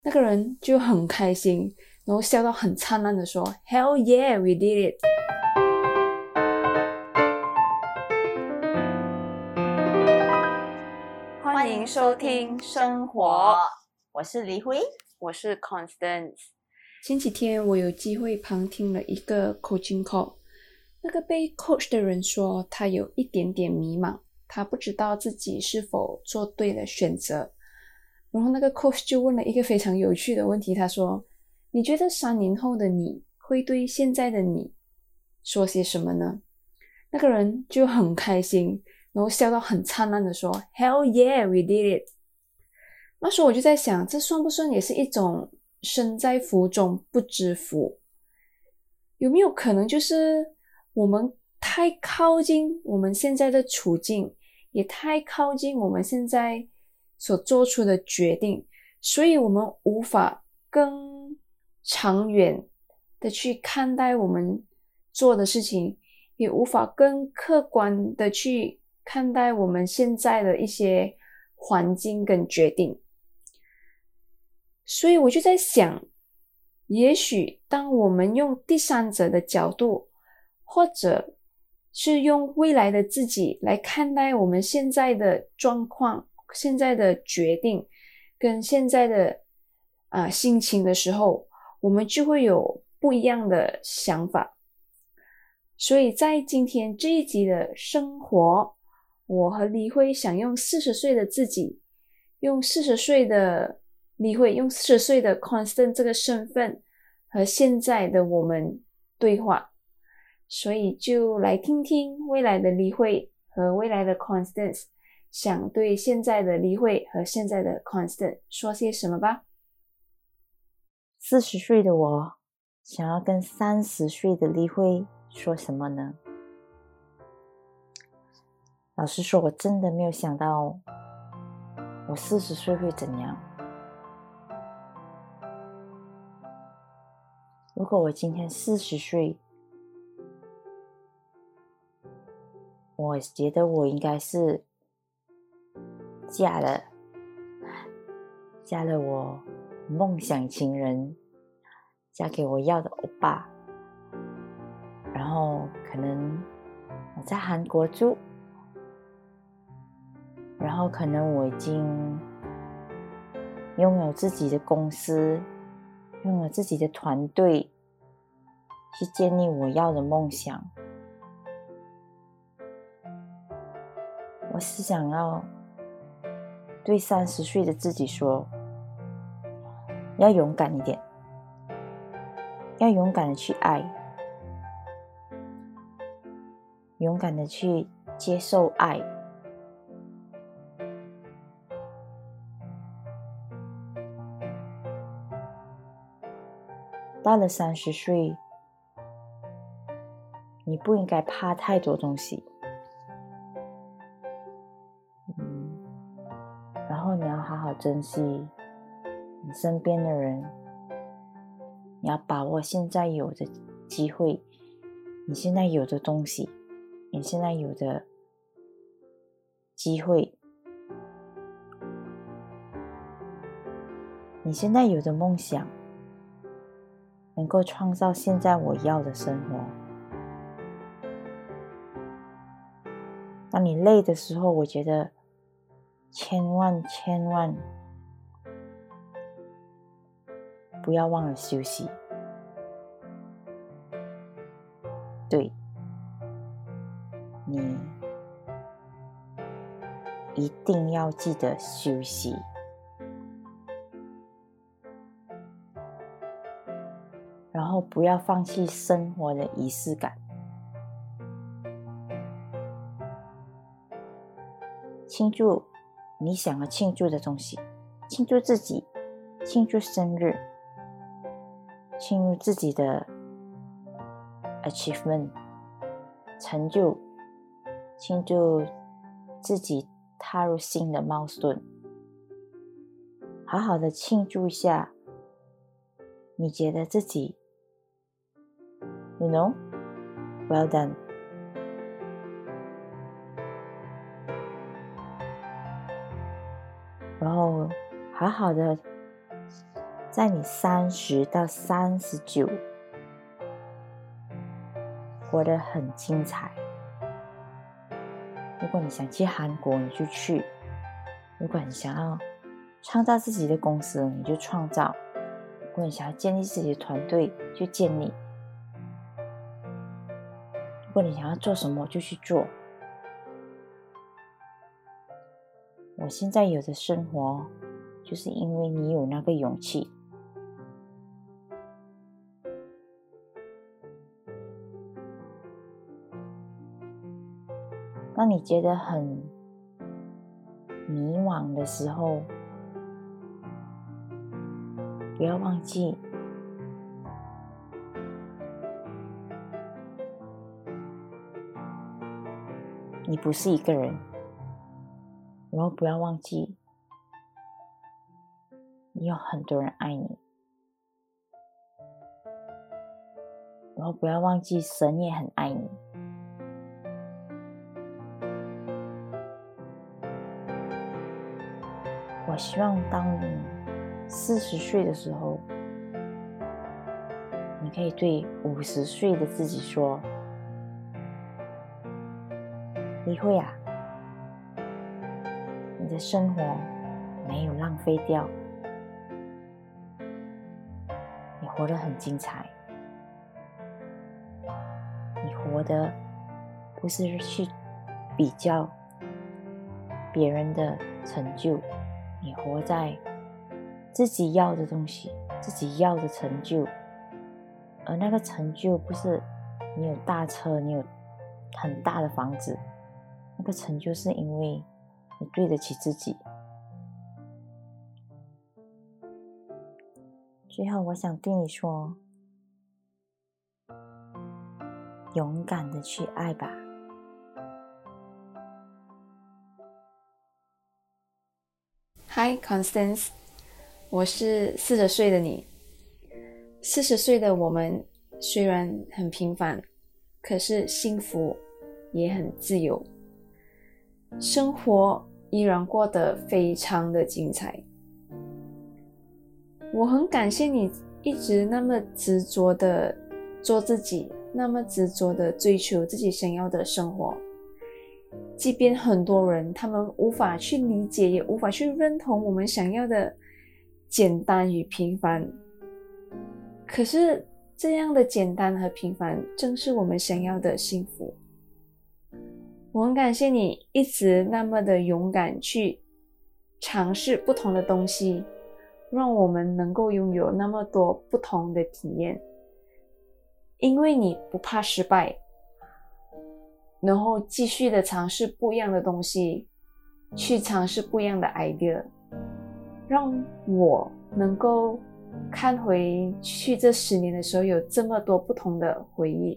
那个人就很开心，然后笑到很灿烂的说 Hell yeah, we did it。 欢迎收听生活， 我是黎辉， 我是 Constance。 前几天我有机会旁听了一个 coaching call， 那个被 coach 的人说他有一点点迷茫，他不知道自己是否做对了选择。然后那个 coach 就问了一个非常有趣的问题，他说，你觉得3年后的你会对现在的你说些什么呢？那个人就很开心，然后笑到很灿烂的说 Hell yeah, we did it。 那时候我就在想，这算不算也是一种身在福中不知福？有没有可能就是我们太靠近我们现在的处境，也太靠近我们现在所做出的决定，所以我们无法更长远的去看待我们做的事情，也无法更客观的去看待我们现在的一些环境跟决定。所以我就在想，也许当我们用第三者的角度，或者是用未来的自己来看待我们现在的状况，现在的决定跟现在的心情的时候，我们就会有不一样的想法。所以在今天这一集的生活，我和黎辉想用40岁的自己，用40岁的黎辉，用40岁的 Constant 这个身份和现在的我们对话。所以就来听听未来的黎辉和未来的 Constance 想对现在的黎辉和现在的 Constance 说些什么吧。 40岁的我想要跟30岁的黎辉说什么呢？老实说，我真的没有想到我40岁会怎样。如果我今天40岁，我觉得我应该是嫁了我梦想情人，嫁给我要的欧巴，然后可能我在韩国住，然后可能我已经拥有自己的公司，拥有自己的团队，去建立我要的梦想。我是想要对30岁的自己说，要勇敢一点，要勇敢的去爱，勇敢的去接受爱。到了30岁，你不应该怕太多东西，然后你要好好珍惜你身边的人，你要把握现在有的机会，你现在有的东西，你现在有的机会，你现在有的梦想，能够创造现在我要的生活。当你累的时候，我觉得千万不要忘了休息。对，你一定要记得休息。然后不要放弃生活的仪式感。庆祝你想要庆祝的东西，庆祝自己，庆祝生日，庆祝自己的 achievement 成就，庆祝自己踏入新的milestone，好好的庆祝一下。你觉得自己 you know well done。然后好好的在你30到39活得很精彩。如果你想去韩国，你就去；如果你想要创造自己的公司，你就创造；如果你想要建立自己的团队，就建立；如果你想要做什么，就去做。我现在有的生活，就是因为你有那个勇气。当你觉得很迷惘的时候，不要忘记你不是一个人，然后不要忘记你有很多人爱你，然后不要忘记神也很爱你。我希望当你40岁的时候，你可以对50岁的自己说：李慧啊，你的生活没有浪费掉，你活得很精彩。你活得不是去比较别人的成就，你活在自己要的东西，自己要的成就。而那个成就不是你有大车，你有很大的房子，那个成就是因为你对得起自己。最后我想对你说，勇敢的去爱吧。 Hi Constance， 我是40岁的你。40岁的我们虽然很平凡，可是幸福也很自由，生活依然过得非常的精彩。我很感谢你一直那么执着的做自己，那么执着的追求自己想要的生活。即便很多人他们无法去理解，也无法去认同我们想要的简单与平凡，可是这样的简单和平凡正是我们想要的幸福。我很感谢你一直那么的勇敢去尝试不同的东西，让我们能够拥有那么多不同的体验。因为你不怕失败，然后继续的尝试不一样的东西，去尝试不一样的 idea， 让我能够看回去这10年的时候有这么多不同的回忆。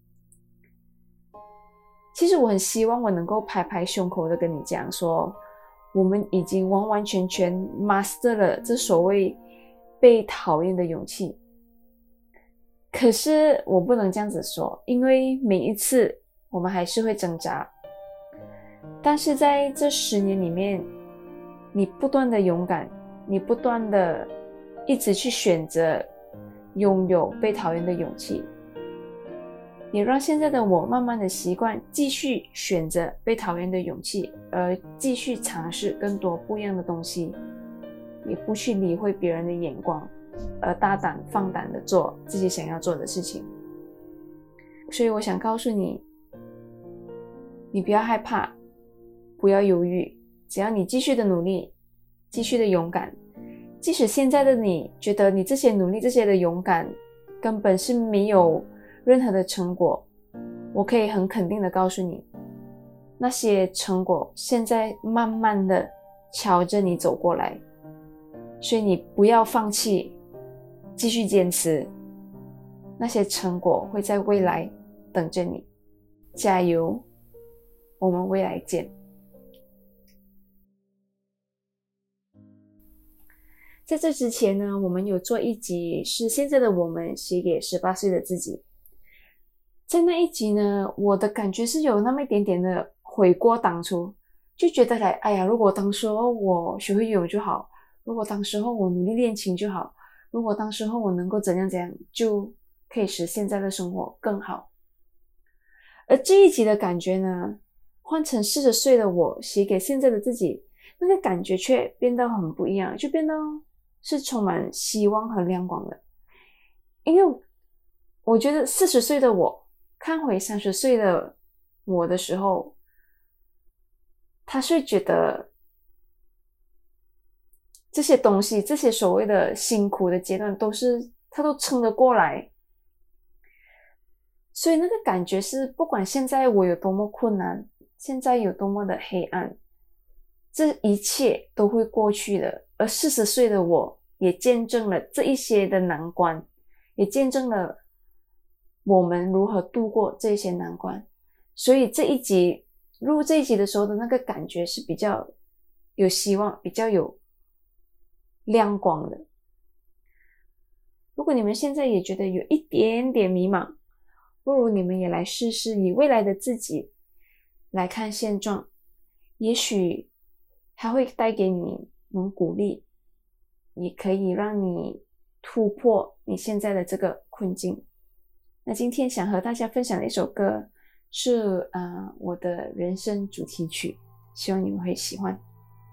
其实我很希望我能够拍拍胸口的跟你讲说，我们已经完完全全 master 了这所谓被讨厌的勇气。可是我不能这样子说，因为每一次我们还是会挣扎。但是在这10年里面，你不断的勇敢，你不断的一直去选择拥有被讨厌的勇气，也让现在的我慢慢的习惯继续选择被讨厌的勇气，而继续尝试更多不一样的东西，也不去理会别人的眼光，而大胆放胆的做自己想要做的事情。所以我想告诉你，你不要害怕，不要犹豫，只要你继续的努力，继续的勇敢，即使现在的你觉得你这些努力，这些的勇敢根本是没有任何的成果，我可以很肯定的告诉你，那些成果现在慢慢的朝着你走过来。所以你不要放弃，继续坚持，那些成果会在未来等着你。加油，我们未来见。在这之前呢，我们有做一集是现在的我们写给18岁的自己。在那一集呢，我的感觉是有那么一点点的悔过当初，就觉得哎呀，如果当时候我学会游泳就好，如果当时候我努力练琴就好， 如果当时候我能够怎样怎样，就可以使现在的生活更好。而这一集的感觉呢，换成40岁的我写给现在的自己，那个感觉却变得很不一样，就变得是充满希望和亮光的。因为我觉得40岁的我看回30岁的我的时候，他是觉得这些东西，这些所谓的辛苦的阶段他都撑得过来。所以那个感觉是，不管现在我有多么困难，现在有多么的黑暗，这一切都会过去的。而40岁的我也见证了这一些的难关，也见证了我们如何度过这些难关。所以录这一集的时候的那个感觉是比较有希望，比较有亮光的。如果你们现在也觉得有一点点迷茫，不如你们也来试试以未来的自己来看现状，也许它会带给你们鼓励，也可以让你突破你现在的这个困境。那今天想和大家分享的一首歌是我的人生主题曲，希望你们会喜欢。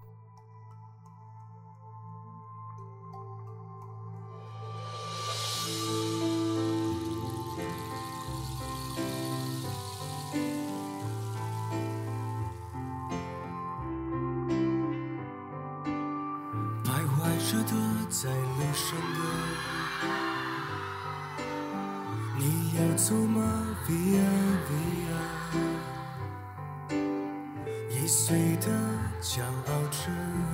着的在路上的，你要走吗 ？Via Via， 易碎的骄傲着，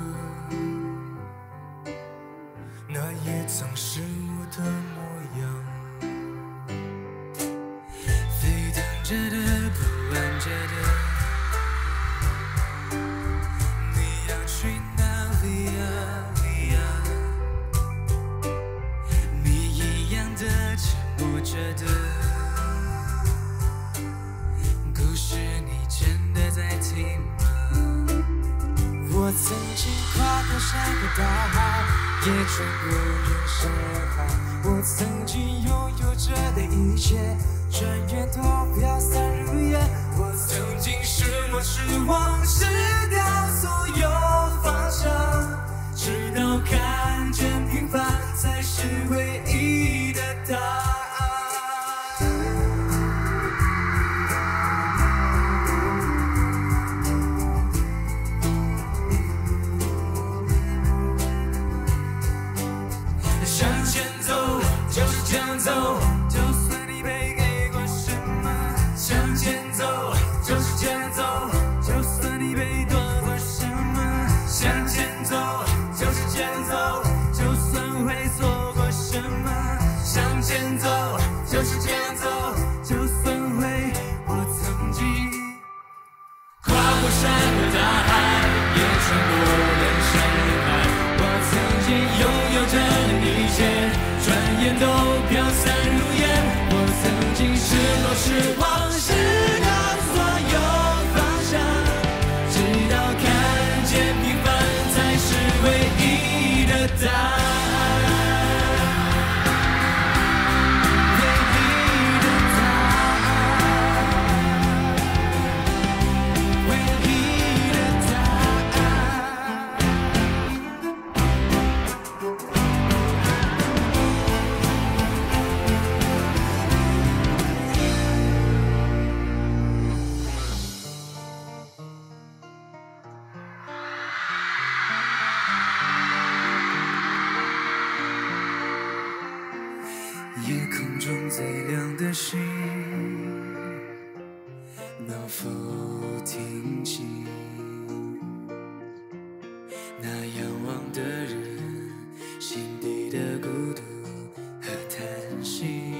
那也曾是我的模样。飞腾着的，不安着的。我曾经跨过山和大海，也穿过人生人海。我曾经拥有着的一切，转眼都飘散如烟。我曾经失落失望，失掉所有方向，直到看见平凡才是唯一的答案。走，就算你被给过什么，向前走，就是前走，就算你被夺过什么，向前走，就是前走，就算会错过什么，向前走，就是前走，就算会，我曾经跨过山和大海，也穿过人山人海，我曾经拥有着的一切，转眼都飘散如烟。我曾经失落失望，失掉所有方向，直到看见平凡才是唯一的答案。夜空中最亮的星，能否听清那仰望的人心底的孤独和叹息？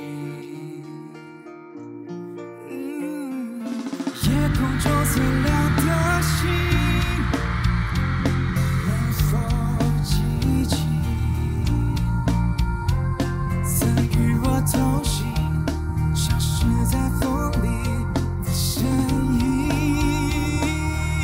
夜空中最亮的星，能否记起同行，消失在风里的身影。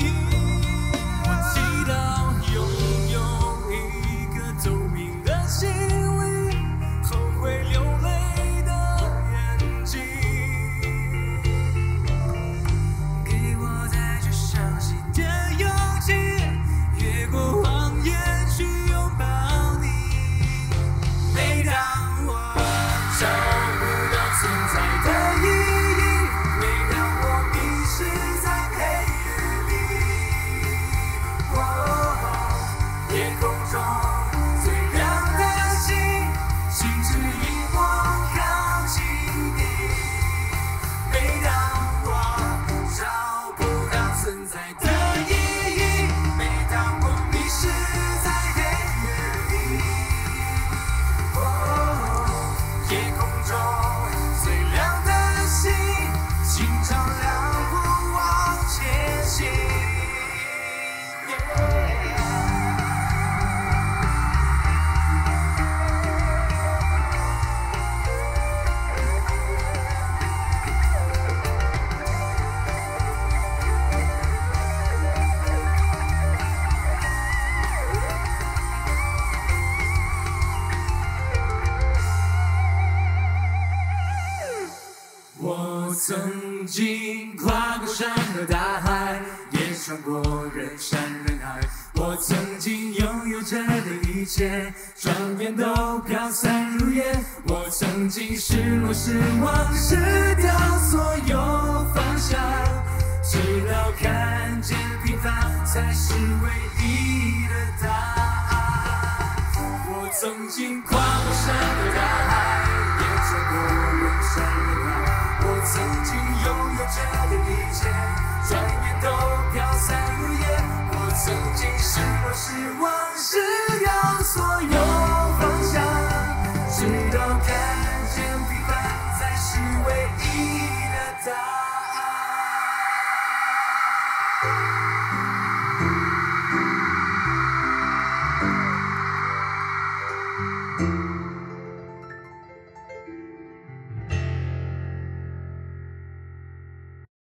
曾经跨过山和大海，也穿过人山人海。我曾经拥有着的一切，转眼都飘散如烟。我曾经失落失望，失掉所有方向，直到看见平凡才是唯一的答案。我曾经跨过山和大海，也穿过人山人海。我曾经拥有着的一切，转眼都飘散如烟。我曾经失落失望，失掉所有方向，直到看